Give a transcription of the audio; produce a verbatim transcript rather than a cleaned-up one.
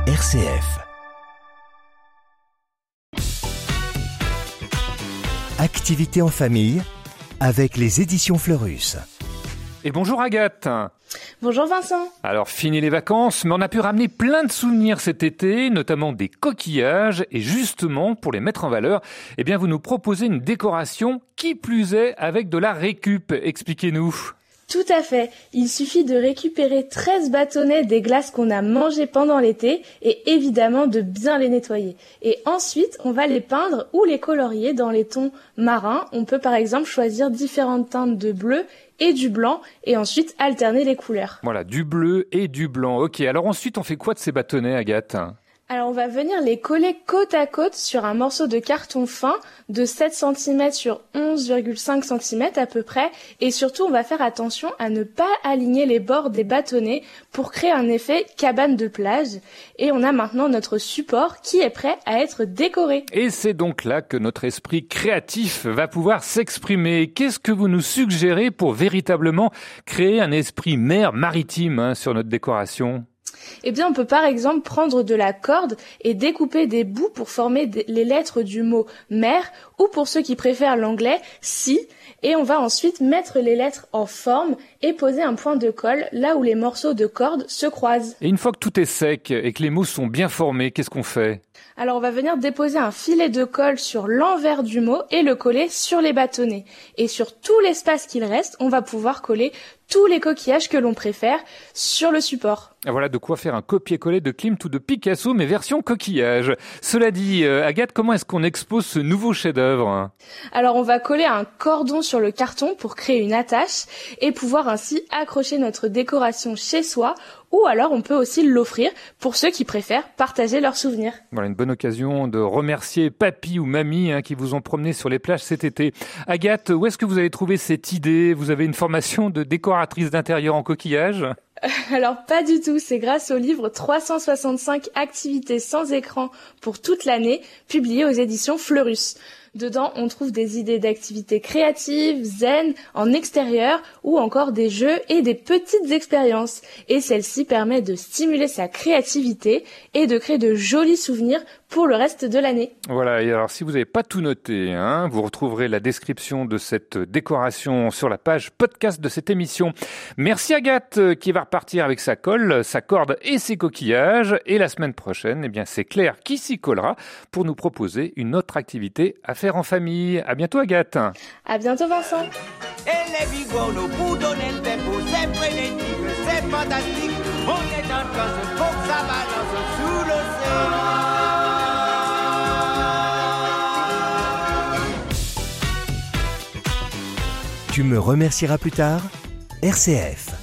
R C F. Activité en famille avec les éditions Fleurus. Et bonjour Agathe. Bonjour Vincent. Alors fini les vacances, mais on a pu ramener plein de souvenirs cet été, notamment des coquillages. Et justement, pour les mettre en valeur, eh bien vous nous proposez une décoration, qui plus est, avec de la récup. Expliquez-nous. Tout à fait. Il suffit de récupérer treize bâtonnets des glaces qu'on a mangées pendant l'été et évidemment de bien les nettoyer. Et ensuite, on va les peindre ou les colorier dans les tons marins. On peut par exemple choisir différentes teintes de bleu et du blanc et ensuite alterner les couleurs. Voilà, du bleu et du blanc. Ok, alors ensuite on fait quoi de ces bâtonnets, Agathe ? Alors on va venir les coller côte à côte sur un morceau de carton fin de sept centimètres sur onze virgule cinq centimètres à peu près, et surtout on va faire attention à ne pas aligner les bords des bâtonnets pour créer un effet cabane de plage. Et on a maintenant notre support qui est prêt à être décoré. Et c'est donc là que notre esprit créatif va pouvoir s'exprimer. Qu'est-ce que vous nous suggérez pour véritablement créer un esprit mer maritime hein, sur notre décoration ? Eh bien, on peut par exemple prendre de la corde et découper des bouts pour former les lettres du mot mer, ou pour ceux qui préfèrent l'anglais, sea, et on va ensuite mettre les lettres en forme et poser un point de colle là où les morceaux de corde se croisent. Et une fois que tout est sec et que les mots sont bien formés, qu'est-ce qu'on fait ? Alors on va venir déposer un filet de colle sur l'envers du mot et le coller sur les bâtonnets. Et sur tout l'espace qu'il reste, on va pouvoir coller tous les coquillages que l'on préfère sur le support. Voilà de quoi faire un copier-coller de Klimt ou de Picasso, mais version coquillage. Cela dit, euh, Agathe, comment est-ce qu'on expose ce nouveau chef-d'œuvre ? Alors on va coller un cordon sur le carton pour créer une attache et pouvoir ainsi accrocher notre décoration chez soi, ou alors on peut aussi l'offrir pour ceux qui préfèrent partager leurs souvenirs. Voilà une bonne occasion de remercier papy ou mamie hein, qui vous ont promené sur les plages cet été. Agathe, où est-ce que vous avez trouvé cette idée ? Vous avez une formation de décoratrice d'intérieur en coquillage ? Alors pas du tout, c'est grâce au livre trois cent soixante-cinq activités sans écran pour toute l'année, publié aux éditions Fleurus. Dedans, on trouve des idées d'activités créatives, zen, en extérieur ou encore des jeux et des petites expériences. Et celle-ci permet de stimuler sa créativité et de créer de jolis souvenirs pour le reste de l'année. Voilà, et alors si vous n'avez pas tout noté, hein, vous retrouverez la description de cette décoration sur la page podcast de cette émission. Merci Agathe qui va repartir avec sa colle, sa corde et ses coquillages. Et la semaine prochaine, eh bien, c'est Claire qui s'y collera pour nous proposer une autre activité à faire en famille. À bientôt Agathe. À bientôt Vincent. Elle est vigolo pour donner le tempo, c'est frénétique, c'est fantastique. On est dans le temps, faut que ça balance sous l'océan. Tu me remercieras plus tard ? R C F.